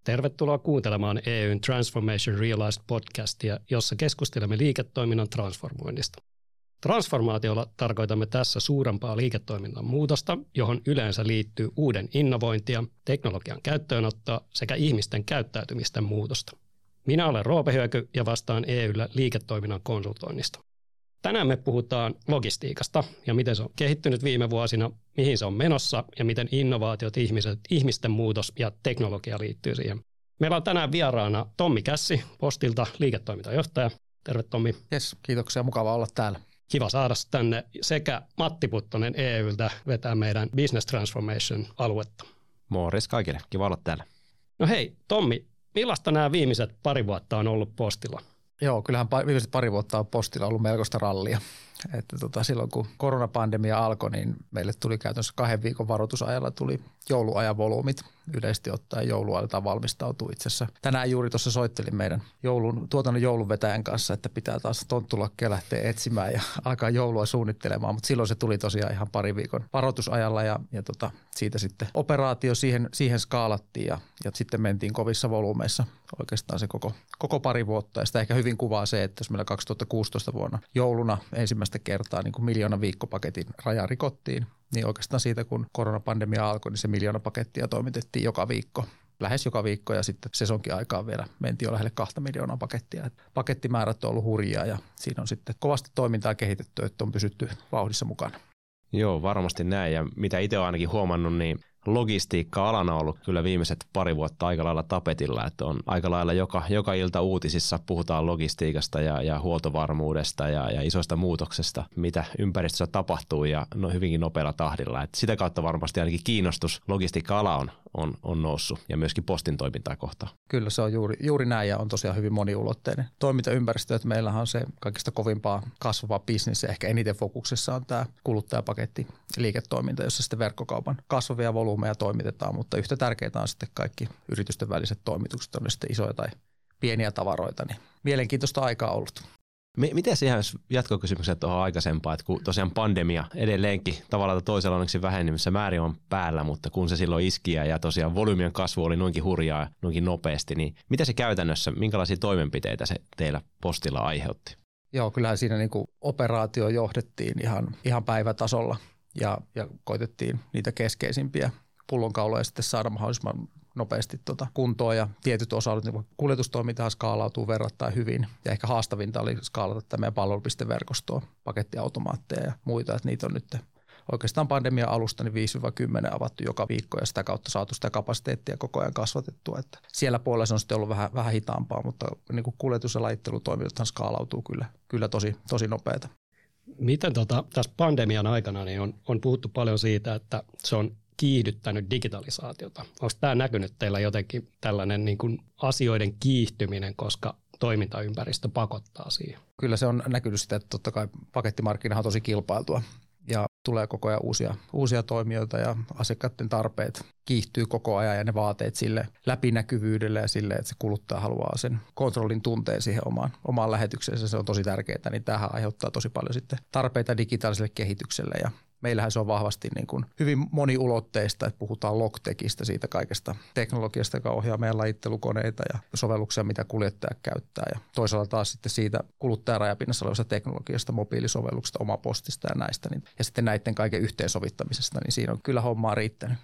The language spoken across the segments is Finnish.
Tervetuloa kuuntelemaan EUn Transformation Realized podcastia, jossa keskustelemme liiketoiminnan transformoinnista. Transformaatiolla tarkoitamme tässä suurempaa liiketoiminnan muutosta, johon yleensä liittyy uuden innovointia, teknologian käyttöönottoa sekä ihmisten käyttäytymisten muutosta. Minä olen Roope Hyöky ja vastaan EU:llä liiketoiminnan konsultoinnista. Tänään me puhutaan logistiikasta ja miten se on kehittynyt viime vuosina, mihin se on menossa ja miten innovaatiot, ihmisten muutos ja teknologia liittyy siihen. Meillä on tänään vieraana Tommi Kässi Postilta, liiketoimintajohtaja. Terve Tommi. Jes, kiitoksia. Mukava olla täällä. Kiva saada tänne sekä Matti Puttonen EU:ltä vetää meidän Business Transformation-aluetta. Morjes kaikille. Kiva olla täällä. No hei, Tommi, millaista nämä viimeiset pari vuotta on ollut Postilla? Joo, kyllähän viimeiset pari vuotta on Postilla ollut melkoista rallia. Että silloin kun koronapandemia alkoi, niin meille tuli käytännössä 2 viikon varoitusajalla tuli jouluajan volyymit. Yleisesti ottaen joulua aletaan valmistautua itse asiassa. Tänään juuri tuossa soittelin meidän tuotannon joulunvetäjän kanssa, että pitää taas tonttulakkeja lähteä etsimään ja alkaa joulua suunnittelemaan. Mutta silloin se tuli tosiaan ihan 2 viikon varoitusajalla ja siitä sitten operaatio siihen skaalattiin ja sitten mentiin kovissa volyymeissa oikeastaan se koko 2 vuotta. Ja sitä ehkä hyvin kuvaa se, että jos meillä 2016 vuonna jouluna ensimmäistä kertaa niin kuin 1 000 000 viikkopaketin raja rikottiin, niin oikeastaan siitä kun koronapandemia alkoi, niin se 1 000 000 pakettia toimitettiin joka viikko. Lähes joka viikko ja sitten sesonkin aikaan vielä mentiin jo lähelle 2 miljoonaa pakettia. Pakettimäärät on ollut hurjaa ja siinä on sitten kovasti toimintaa kehitetty, että on pysytty vauhdissa mukana. Joo, varmasti näin ja mitä itse olen ainakin huomannut, niin logistiikka-alana on ollut kyllä viimeiset 2 vuotta aika lailla tapetilla, että on aika lailla joka ilta uutisissa puhutaan logistiikasta ja huoltovarmuudesta ja isoista muutoksesta, mitä ympäristössä tapahtuu ja hyvinkin nopealla tahdilla. Että sitä kautta varmasti ainakin kiinnostus logistiikka-ala on noussut ja myöskin Postin toimintaa kohtaan. Kyllä se on juuri näin ja on tosiaan hyvin moniulotteinen toimintaympäristö, että meillähän on se kaikista kovimpaa kasvava bisnis ja ehkä eniten fokuksessa on tämä kuluttajapaketti liiketoiminta, jossa sitten verkkokaupan kasvavia volyymeja toimitetaan, mutta yhtä tärkeää on sitten kaikki yritysten väliset toimitukset, on ne sitten isoja tai pieniä tavaroita, niin mielenkiintoista aikaa ollut. Miten siihen jatkokysymykset tuohon aikaisempaan, että kun tosiaan pandemia edelleenkin tavallaan toisella onneksi vähenemässä määrin on päällä, mutta kun se silloin iski ja tosiaan volyymien kasvu oli noinkin hurjaa, noinkin nopeasti, niin mitä se käytännössä, minkälaisia toimenpiteitä se teillä Postilla aiheutti? Joo, kyllähän siinä niin kuin operaatio johdettiin ihan päivätasolla ja koitettiin niitä keskeisimpiä pullonkauloja sitten saada mahdollisimman nopeasti kuntoon ja tietyt osa niin kuljetustoimintahan skaalautuu verrattain hyvin ja ehkä haastavinta oli skaalata tämä meidän palvelupisteverkostoa, pakettiautomaatteja ja muita, että niitä on nyt oikeastaan pandemian alusta niin 5-10 avattu joka viikko ja sitä kautta saatu sitä kapasiteettia koko ajan kasvatettua, että siellä puolella se on sitten ollut vähän hitaampaa, mutta niin kuin kuljetus- ja lajittelutoiminnathan skaalautuu kyllä tosi nopeata. Miten tässä pandemian aikana niin on puhuttu paljon siitä, että se on kiihdyttänyt digitalisaatiota. Onko tämä näkynyt teillä jotenkin tällainen niin kuin asioiden kiihtyminen, koska toimintaympäristö pakottaa siihen? Kyllä se on näkynyt sitä, että totta kai pakettimarkkinahan on tosi kilpailtua ja tulee koko ajan uusia toimijoita ja asiakkaiden tarpeet kiihtyy koko ajan ja ne vaateet sille läpinäkyvyydelle ja sille, että se kuluttaja haluaa sen kontrollin tunteen siihen omaan lähetyksensä. Se on tosi tärkeää, niin tämähän aiheuttaa tosi paljon sitten tarpeita digitaaliselle kehitykselle ja meillähän se on vahvasti niin kuin hyvin moniulotteista, että puhutaan logtechista, siitä kaikesta teknologiasta, joka ohjaa meidän lajittelukoneita ja sovelluksia, mitä kuljettajat käyttää. Ja toisaalta taas sitten siitä kuluttajarajapinnassa olevasta teknologiasta, mobiilisovelluksesta, omapostista ja näistä. Ja sitten näiden kaiken yhteensovittamisesta, niin siinä on kyllä hommaa riittänyt.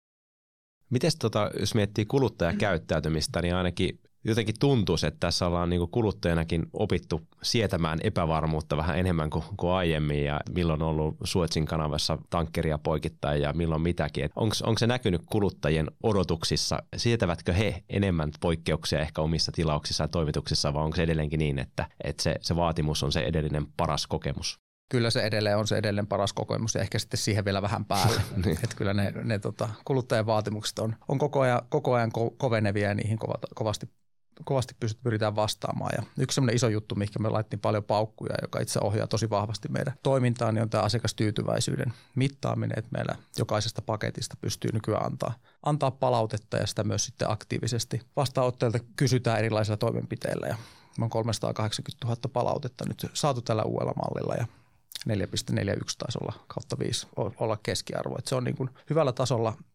Miten jos miettii kuluttajakäyttäytymistä, niin ainakin jotenkin tuntuisi, että tässä ollaan niin kuin kuluttajanakin opittu sietämään epävarmuutta vähän enemmän kuin aiemmin ja milloin on ollut Suezin kanavassa tankkeria poikittain ja milloin mitäkin. Onko se näkynyt kuluttajien odotuksissa? Sietävätkö he enemmän poikkeuksia ehkä omissa tilauksissa ja toimituksissa vai onko se edelleenkin niin, että se vaatimus on se edellinen paras kokemus? Kyllä se edelleen on se edellinen paras kokemus ja ehkä sitten siihen vielä vähän päälle. Niin. Että kyllä ne kuluttajien vaatimukset on koko ajan kovenevia ja niihin kovasti pyritään vastaamaan. Ja yksi sellainen iso juttu, mihin me laittiin paljon paukkuja, joka itse ohjaa tosi vahvasti meidän toimintaa, niin on tämä asiakastyytyväisyyden mittaaminen, että meillä jokaisesta paketista pystyy nykyään antaa palautetta ja sitä myös sitten aktiivisesti vastaanottajilta kysytään erilaisilla toimenpiteillä. Ja me on 380 000 palautetta nyt saatu tällä uudella mallilla ja 4,41 taisi olla /5 olla keskiarvo. Että se on niin kuin hyvällä tasolla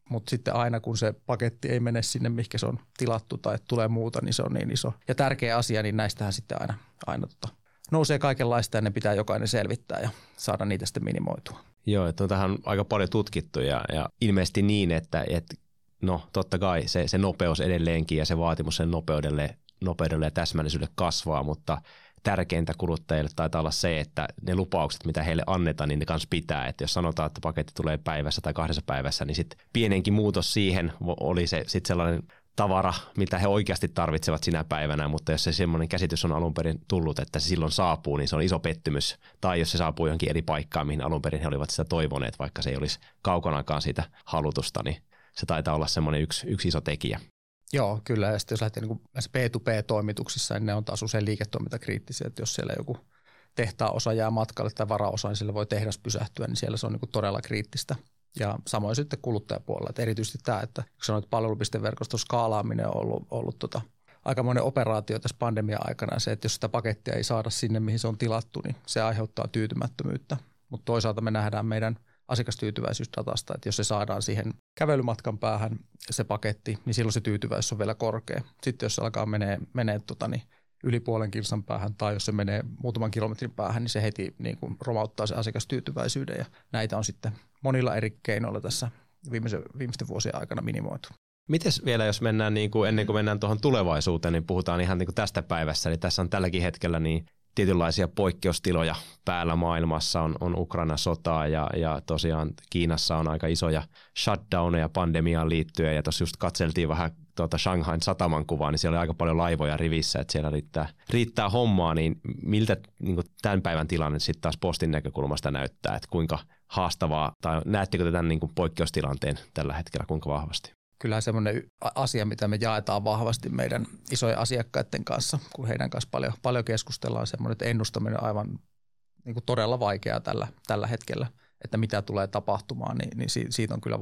mutta sitten aina kun se paketti ei mene sinne, mihinkä se on tilattu tai tulee muuta, niin se on niin iso ja tärkeä asia, niin näistähän sitten aina nousee kaikenlaista ja ne pitää jokainen selvittää ja saada niitä sitten minimoitua. Joo, että on tähän aika paljon tutkittu ja ilmeisesti niin, että no totta kai se nopeus edelleenkin ja se vaatimus sen nopeudelle ja täsmällisyydelle kasvaa, mutta tärkeintä kuluttajille taitaa olla se, että ne lupaukset, mitä heille annetaan, niin ne kanssa pitää. Että jos sanotaan, että paketti tulee päivässä tai 2 päivässä, niin sitten pienenkin muutos siihen oli se sitten sellainen tavara, mitä he oikeasti tarvitsevat sinä päivänä, mutta jos se semmoinen käsitys on alun perin tullut, että se silloin saapuu, niin se on iso pettymys. Tai jos se saapuu johonkin eri paikkaan, mihin alun perin he olivat sitä toivoneet, vaikka se ei olisi kaukanakaan siitä halutusta, niin se taitaa olla semmoinen yksi iso tekijä. Joo, kyllä. Ja sitten jos lähtee niin näissä P2P-toimituksissa, niin ne on taas usein liiketoimintakriittisiä, että jos siellä joku tehtaan-osa jää matkalle tai varaosa, niin sillä voi tehdas pysähtyä, niin siellä se on niin todella kriittistä. Ja samoin sitten kuluttajapuolella, että erityisesti tämä, että sanoit, palvelupisteverkoston skaalaaminen on ollut aikamoinen operaatio tässä pandemia-aikana. Se, että jos sitä pakettia ei saada sinne, mihin se on tilattu, niin se aiheuttaa tyytymättömyyttä. Mutta toisaalta me nähdään meidän asiakastyytyväisyysdatasta, että jos se saadaan siihen kävelymatkan päähän se paketti, niin silloin se tyytyväisyys on vielä korkea. Sitten jos se alkaa menee yli puolen kilsan päähän tai jos se menee muutaman kilometrin päähän, niin se heti niin kuin romauttaa se asiakastyytyväisyyden ja näitä on sitten monilla eri keinoilla tässä viimeisten vuosien aikana minimoitu. Mites vielä, jos mennään ennen kuin mennään tuohon tulevaisuuteen, niin puhutaan ihan niin kuin tästä päivässä. Eli tässä on tälläkin hetkellä niin tietynlaisia poikkeustiloja päällä maailmassa, on Ukraina sotaa ja tosiaan Kiinassa on aika isoja shutdowneja pandemiaan liittyen ja tuossa just katseltiin vähän Shanghain sataman kuvaa, niin siellä oli aika paljon laivoja rivissä, että siellä riittää hommaa, niin miltä niin kuin tämän päivän tilanne sitten taas Postin näkökulmasta näyttää, että kuinka haastavaa, tai näettekö te tämän niin kuin poikkeustilanteen tällä hetkellä kuinka vahvasti? Kyllähän semmoinen asia, mitä me jaetaan vahvasti meidän isojen asiakkaiden kanssa, kun heidän kanssa paljon keskustellaan, semmoinen, että ennustaminen on aivan niin kuin todella vaikeaa tällä hetkellä, että mitä tulee tapahtumaan, niin siitä on kyllä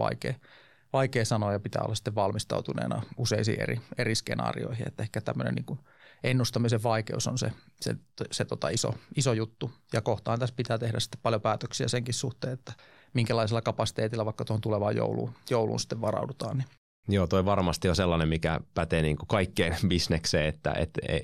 vaikea sanoa ja pitää olla sitten valmistautuneena useisiin eri skenaarioihin, että ehkä tämmöinen niin kuin ennustamisen vaikeus on se iso juttu ja kohtaan tässä pitää tehdä sitten paljon päätöksiä senkin suhteen, että minkälaisella kapasiteetilla vaikka tuohon tulevaan jouluun sitten varaudutaan. Niin. Joo, toi varmasti on sellainen, mikä pätee niin kuin kaikkeen bisnekseen, että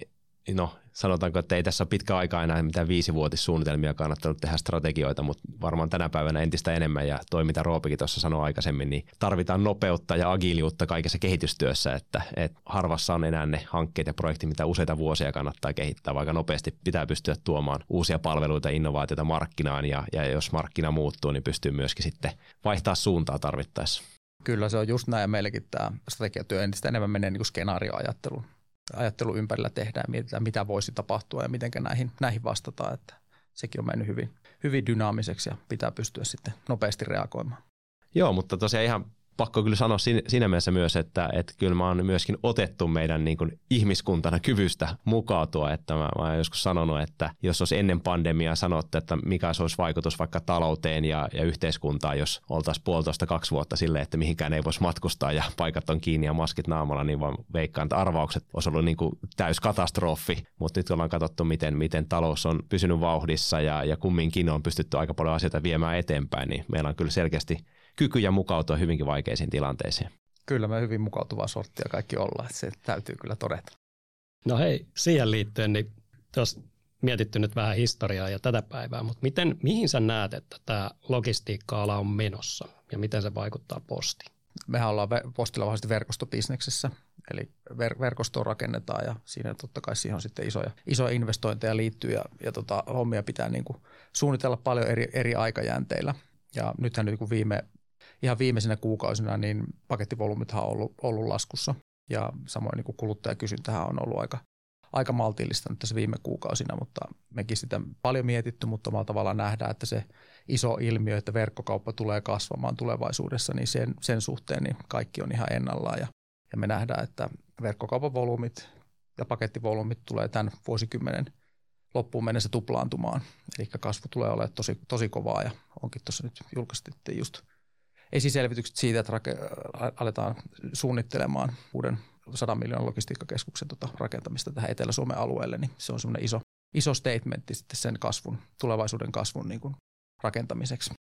sanotaanko, että ei tässä ole pitkä aikaa enää mitään 5-vuotissuunnitelmia kannattanut tehdä strategioita, mutta varmaan tänä päivänä entistä enemmän ja toi, mitä Roopikin tuossa sanoi aikaisemmin, niin tarvitaan nopeutta ja agiiliutta kaikessa kehitystyössä, että harvassa on enää ne hankkeet ja projektit, mitä useita vuosia kannattaa kehittää, vaikka nopeasti pitää pystyä tuomaan uusia palveluita ja innovaatioita markkinaan ja jos markkina muuttuu, niin pystyy myöskin sitten vaihtaa suuntaa tarvittaessa. Kyllä se on just näin ja meillekin tämä strategiatyö entistä enemmän menee niin kuin skenaarioajatteluun. Ajattelun ympärillä tehdään ja mietitään, mitä voisi tapahtua ja miten näihin vastataan. Että sekin on mennyt hyvin dynaamiseksi ja pitää pystyä sitten nopeasti reagoimaan. Joo, mutta tosiaan ihan pakko kyllä sanoa siinä mielessä myös, että kyllä mä oon myöskin otettu meidän niin kuin ihmiskuntana kyvystä mukautua. Että mä oon joskus sanonut, että jos olisi ennen pandemiaa sanottu, että mikä se olisi vaikutus vaikka talouteen ja yhteiskuntaan, jos oltaisiin 1,5–2 vuotta silleen, että mihinkään ei voisi matkustaa ja paikat on kiinni ja maskit naamalla, niin vaan veikkaan, että arvaukset olisi ollut niin kuin täys katastrofi. Mutta nyt ollaan katsottu, miten talous on pysynyt vauhdissa ja kumminkin on pystytty aika paljon asioita viemään eteenpäin, niin meillä on kyllä selkeästi kykyjä mukautua hyvinkin vaikeisiin tilanteisiin. Kyllä me hyvin mukautuvaa sorttia kaikki ollaan, että se täytyy kyllä todeta. No hei, siihen liittyen, niin tuossa mietitty nyt vähän historiaa ja tätä päivää, mutta mihin sä näet, että tämä logistiikka-ala on menossa ja miten se vaikuttaa Postiin? Mehän ollaan Postilla vahvasti verkostobisneksessä, eli verkostoa rakennetaan ja siinä totta kai siihen on sitten isoja investointeja liittyy ja hommia pitää niin kuin suunnitella paljon eri aikajänteillä. Ja nythän niin kuin ihan viimeisinä kuukausina niin pakettivolyymithan on ollut laskussa ja samoin niin kuin kuluttajakysyntähän on ollut aika maltillista nyt tässä viime kuukausina, mutta mekin sitä paljon mietitty, mutta omalla tavalla nähdään, että se iso ilmiö, että verkkokauppa tulee kasvamaan tulevaisuudessa, niin sen suhteen niin kaikki on ihan ennallaan ja me nähdään, että verkkokaupan volyymit ja pakettivolyymit tulee tämän vuosikymmenen loppuun mennessä tuplaantumaan. Eli kasvu tulee olemaan tosi kovaa ja onkin tuossa nyt julkaistettiin just esiselvitykset siitä, että aletaan suunnittelemaan uuden 100 miljoonan logistiikkakeskuksen rakentamista tähän Etelä-Suomen alueelle, niin se on semmoinen iso statementti sitten sen tulevaisuuden kasvun niin kuin rakentamiseksi.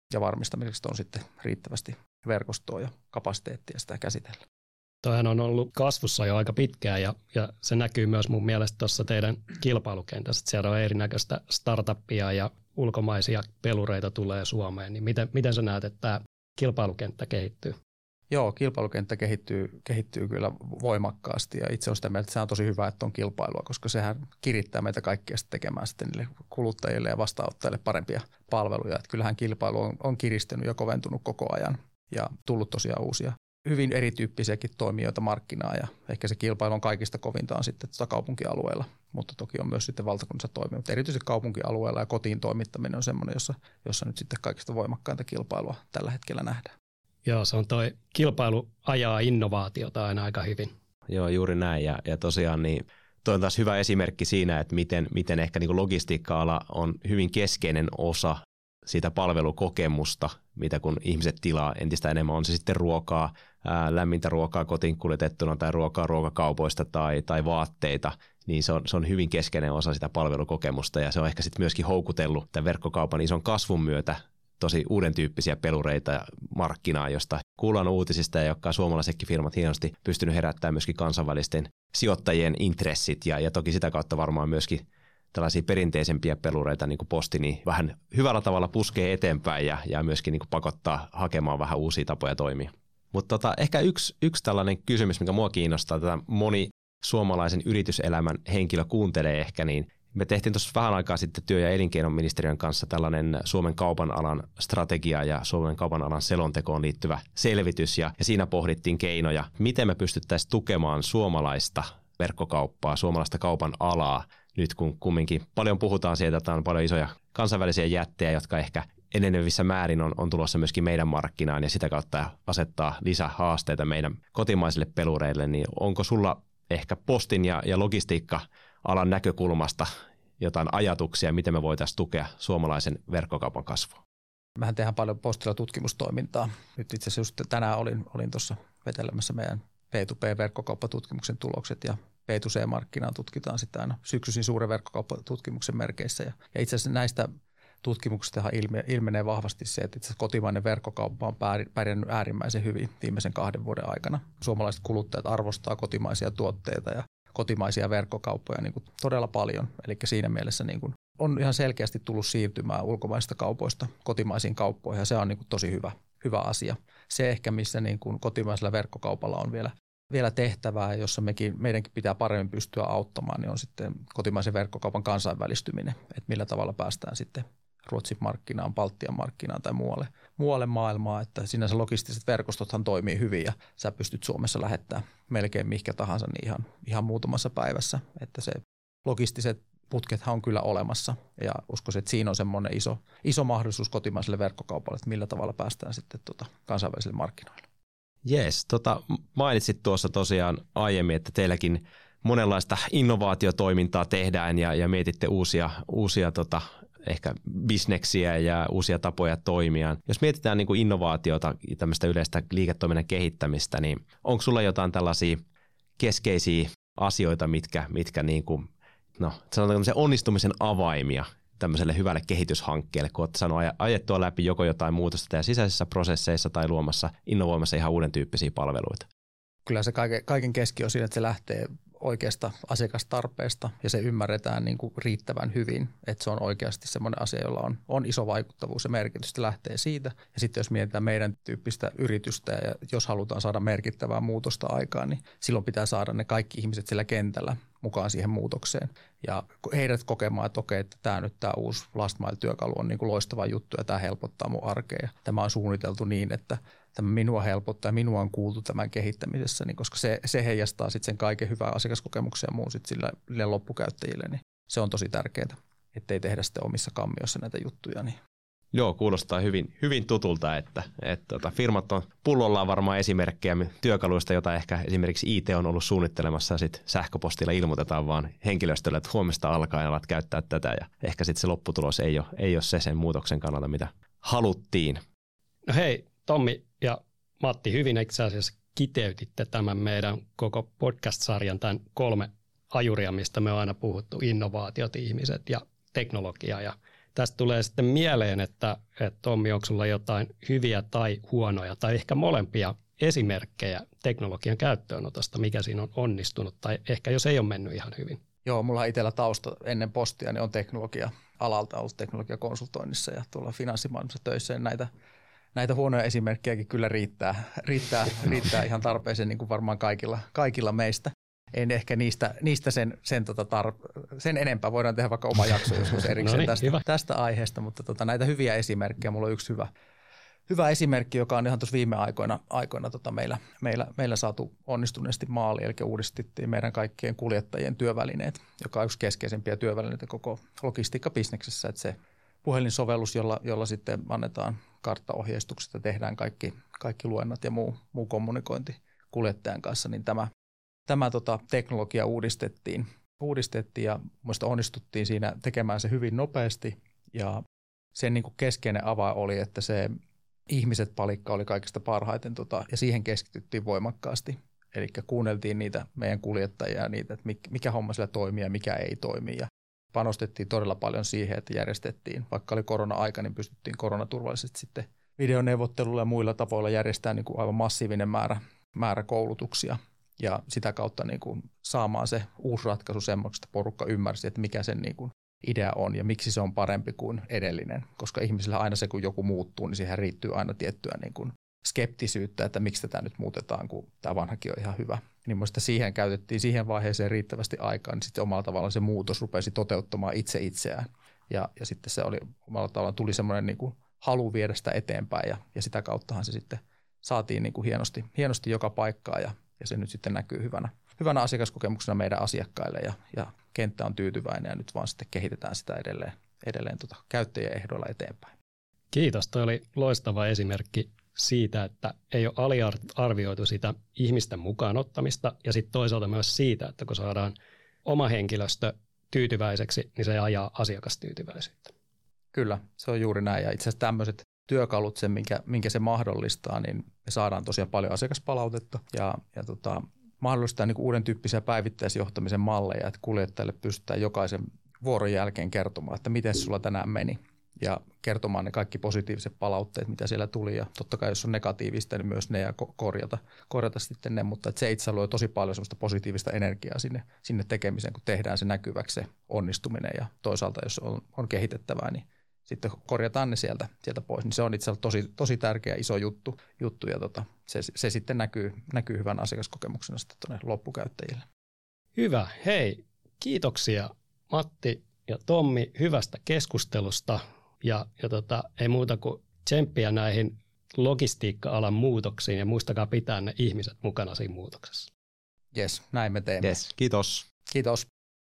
ja varmistamiseksi on sitten riittävästi verkostoa ja kapasiteettia sitä käsitellä. Toihan on ollut kasvussa jo aika pitkään ja se näkyy myös mun mielestä tuossa teidän kilpailukentässä, että siellä on erinäköistä startuppia ja ulkomaisia pelureita tulee Suomeen, niin miten sä näet, että tämä kilpailukenttä kehittyy? Joo, kilpailukenttä kehittyy kyllä voimakkaasti ja itse olen sitä mieltä, että se on tosi hyvä, että on kilpailua, koska sehän kirittää meitä kaikkia tekemään sitten niille kuluttajille ja vastaanottajille parempia palveluja. Että kyllähän kilpailu on kiristynyt ja koventunut koko ajan ja tullut tosiaan uusia hyvin erityyppisiäkin toimijoita markkinaa ja ehkä se kilpailu on kaikista kovinta on sitten kaupunkialueella, mutta toki on myös sitten valtakunnassa toimia, mutta erityisesti kaupunkialueella ja kotiin toimittaminen on semmoinen, jossa nyt sitten kaikista voimakkainta kilpailua tällä hetkellä nähdään. Joo, se on toi kilpailu ajaa innovaatiota aina aika hyvin. Joo, juuri näin ja tosiaan niin toi on taas hyvä esimerkki siinä, että miten ehkä niin kuin logistiikka-ala on hyvin keskeinen osa siitä palvelukokemusta, mitä kun ihmiset tilaa entistä enemmän, on se sitten ruokaa, lämmintä ruokaa kotiin kuljetettuna tai ruokaa ruokakaupoista tai vaatteita, niin se on hyvin keskeinen osa sitä palvelukokemusta ja se on ehkä sitten myöskin houkutellut tämän verkkokaupan ison kasvun myötä tosi uuden tyyppisiä pelureita markkinaa, josta kuullaan uutisista ja jotka suomalaisetkin firmat hienosti pystynyt herättämään myöskin kansainvälisten sijoittajien intressit ja toki sitä kautta varmaan myöskin tällaisia perinteisempiä pelureita niin kuin posti, niin vähän hyvällä tavalla puskee eteenpäin ja myöskin niin kuin pakottaa hakemaan vähän uusia tapoja toimia. Mutta ehkä yksi tällainen kysymys, mikä mua kiinnostaa, tätä moni suomalaisen yrityselämän henkilö kuuntelee ehkä, niin me tehtiin tuossa vähän aikaa sitten työ- ja elinkeinoministeriön kanssa tällainen Suomen kaupan alan strategia ja Suomen kaupan alan selontekoon liittyvä selvitys ja siinä pohdittiin keinoja, miten me pystyttäisiin tukemaan suomalaista verkkokauppaa, suomalaista kaupan alaa, nyt kun kumminkin paljon puhutaan siitä, että on paljon isoja kansainvälisiä jättejä, jotka ehkä enenevissä määrin on tulossa myöskin meidän markkinaan ja sitä kautta asettaa lisähaasteita meidän kotimaisille pelureille, niin onko sulla ehkä postin ja logistiikka-alan näkökulmasta jotain ajatuksia, miten me voitaisiin tukea suomalaisen verkkokaupan kasvua? Mehän tehdään paljon postilla tutkimustoimintaa. Nyt itse asiassa just tänään olin tuossa vetelemässä meidän B2B-verkkokauppatutkimuksen tulokset ja B2C-markkinaa tutkitaan sitä aina syksyisin suuren verkkokauppatutkimuksen merkeissä. Ja itse asiassa näistä tutkimuksista ilmenee vahvasti se, että itse asiassa kotimainen verkkokauppa on pärjännyt äärimmäisen hyvin viimeisen 2 vuoden aikana. Suomalaiset kuluttajat arvostaa kotimaisia tuotteita ja kotimaisia verkkokauppoja niin kuin todella paljon. Eli siinä mielessä niin kuin on ihan selkeästi tullut siirtymään ulkomaisista kaupoista kotimaisiin kauppoihin ja se on niin kuin tosi hyvä asia. Se ehkä, missä niin kuin kotimaisella verkkokaupalla on vielä tehtävää, jossa meidänkin pitää paremmin pystyä auttamaan, niin on sitten kotimaisen verkkokaupan kansainvälistyminen, että millä tavalla päästään sitten Ruotsin markkinaan, Baltian markkinaan tai muualle maailmaan, että sinänsä logistiset verkostothan toimii hyvin ja sä pystyt Suomessa lähettämään melkein mihinkä tahansa niin ihan muutamassa päivässä, että se logistiset putkethan on kyllä olemassa ja uskoisin, että siinä on semmoinen iso mahdollisuus kotimaiselle verkkokaupalle, että millä tavalla päästään sitten kansainvälisille markkinoille. Jes, mainitsit tuossa tosiaan aiemmin, että teilläkin monenlaista innovaatiotoimintaa tehdään ja mietitte uusia ehkä bisneksiä ja uusia tapoja toimia. Jos mietitään niin kuin innovaatiota ja tämmöistä yleistä liiketoiminnan kehittämistä, niin onko sulla jotain tällaisia keskeisiä asioita, mitkä niin kuin, sanotaan tämmöisen onnistumisen avaimia tämmöiselle hyvälle kehityshankkeelle, kun olette saanut ajettua läpi joko jotain muutosta teidän sisäisissä prosesseissa tai innovoimassa ihan uuden tyyppisiä palveluita? Kyllä se kaiken keski on siinä, että se lähtee oikeasta asiakastarpeesta ja se ymmärretään niin kuin riittävän hyvin, että se on oikeasti semmoinen asia, jolla on iso vaikuttavuus ja merkitys, se lähtee siitä. Ja sitten jos mietitään meidän tyyppistä yritystä ja jos halutaan saada merkittävää muutosta aikaan, niin silloin pitää saada ne kaikki ihmiset siellä kentällä mukaan siihen muutokseen. Ja heidät kokemaan, että okei, että tämä uusi last mile-työkalu on niin kuin loistava juttu ja tämä helpottaa mun arkea. Tämä on suunniteltu niin, että tämä minua helpottaa ja minua on kuultu tämän kehittämisessä, niin koska se heijastaa sitten sen kaiken hyvää asiakaskokemuksia ja muun sitten sille loppukäyttäjille. Niin se on tosi tärkeää, ettei tehdä sitten omissa kammioissa näitä juttuja. Niin. Joo, kuulostaa hyvin tutulta, että firmat on pullollaan varmaan esimerkkejä työkaluista, jota ehkä esimerkiksi IT on ollut suunnittelemassa ja sitten sähköpostilla ilmoitetaan vaan henkilöstölle, että huomista alkaen alat käyttää tätä ja ehkä sitten se lopputulos ei ole se sen muutoksen kannalta, mitä haluttiin. No hei, Tommi ja Matti, hyvin itse asiassa kiteytitte tämän meidän koko podcast-sarjan, tämän 3 ajuria, mistä me on aina puhuttu, innovaatiot, ihmiset ja teknologia. Ja Tästä tulee sitten mieleen, että Tommi, onko sulla jotain hyviä tai huonoja tai ehkä molempia esimerkkejä teknologian käyttöönotosta, mikä siinä on onnistunut tai ehkä jos ei ole mennyt ihan hyvin? Joo, mulla on itsellä tausta ennen postia, niin on teknologia-alalta ollut teknologiakonsultoinnissa ja tuolla finanssimaailmassa töissä. Ja näitä huonoja esimerkkejäkin kyllä riittää ihan tarpeeseen niin kuin varmaan kaikilla meistä. En ehkä niistä sen enempää. Voidaan tehdä vaikka oma jakso joskus erikseen tästä aiheesta, mutta näitä hyviä esimerkkejä. Mulla on yksi hyvä esimerkki, joka on ihan tuossa viime aikoina meillä saatu onnistuneesti maaliin, eli uudistettiin meidän kaikkien kuljettajien työvälineet, joka on yksi keskeisempiä työvälineitä koko logistiikkabisneksessä, että se puhelinsovellus, jolla sitten annetaan karttaohjeistukset ja tehdään kaikki luennat ja muu kommunikointi kuljettajan kanssa, niin tämä teknologia uudistettiin ja mielestäni onnistuttiin siinä tekemään se hyvin nopeasti ja sen niin kuin keskeinen avain oli, että se ihmiset palikka oli kaikista parhaiten ja siihen keskityttiin voimakkaasti. Eli kuunneltiin niitä meidän kuljettajia ja niitä, että mikä homma siellä toimii ja mikä ei toimi. Ja panostettiin todella paljon siihen, että järjestettiin, vaikka oli korona-aika, niin pystyttiin koronaturvallisesti sitten videoneuvottelulla ja muilla tavoilla järjestämään niin kuin aivan massiivinen määrä koulutuksia. Ja sitä kautta niin kuin saamaan se uusi ratkaisu semmoista, että porukka ymmärsi, että mikä sen niin kuin idea on ja miksi se on parempi kuin edellinen. Koska ihmisillä aina se, kun joku muuttuu, niin siihen riittyy aina tiettyä niin kuin skeptisyyttä, että miksi tätä nyt muutetaan, kun tämä vanhakin on ihan hyvä. Niin minusta siihen käytettiin siihen vaiheeseen riittävästi aikaa, niin sitten omalla tavallaan se muutos rupesi toteuttamaan itseään. Ja sitten se oli omalla tavallaan tuli semmoinen niin kuin halu viedä sitä eteenpäin ja sitä kauttahan se sitten saatiin niin kuin hienosti joka paikkaan ja se nyt sitten näkyy hyvänä asiakaskokemuksena meidän asiakkaille ja kenttä on tyytyväinen ja nyt vaan sitten kehitetään sitä edelleen käyttäjien ehdoilla eteenpäin. Kiitos, toi oli loistava esimerkki siitä, että ei ole aliarvioitu sitä ihmisten mukaan ottamista ja sitten toisaalta myös siitä, että kun saadaan oma henkilöstö tyytyväiseksi, niin se ajaa asiakastyytyväisyyttä. Kyllä, se on juuri näin ja itse asiassa tämmöiset työkalut, sen minkä se mahdollistaa, niin me saadaan tosiaan paljon asiakaspalautetta ja mahdollistaa niin kuin uuden tyyppisiä päivittäisjohtamisen malleja, että kuljettajille pystytään jokaisen vuoron jälkeen kertomaan, että miten sulla tänään meni ja kertomaan ne kaikki positiiviset palautteet, mitä siellä tuli ja totta kai jos on negatiivista, niin myös ne ja korjata sitten ne, mutta se itse luo tosi paljon semmoista positiivista energiaa sinne tekemiseen, kun tehdään se näkyväksi se onnistuminen ja toisaalta jos on kehitettävää, niin sitten korjataan ne sieltä pois, niin se on itse asiassa tosi tärkeä iso juttu ja se sitten näkyy hyvän asiakaskokemuksena sitten tuonne loppukäyttäjille. Hyvä. Hei, kiitoksia Matti ja Tommi hyvästä keskustelusta ja ei muuta kuin tsemppiä näihin logistiikka-alan muutoksiin ja muistakaa pitää ne ihmiset mukana siinä muutoksessa. Jes, näin me teemme. Yes, kiitos. Kiitos.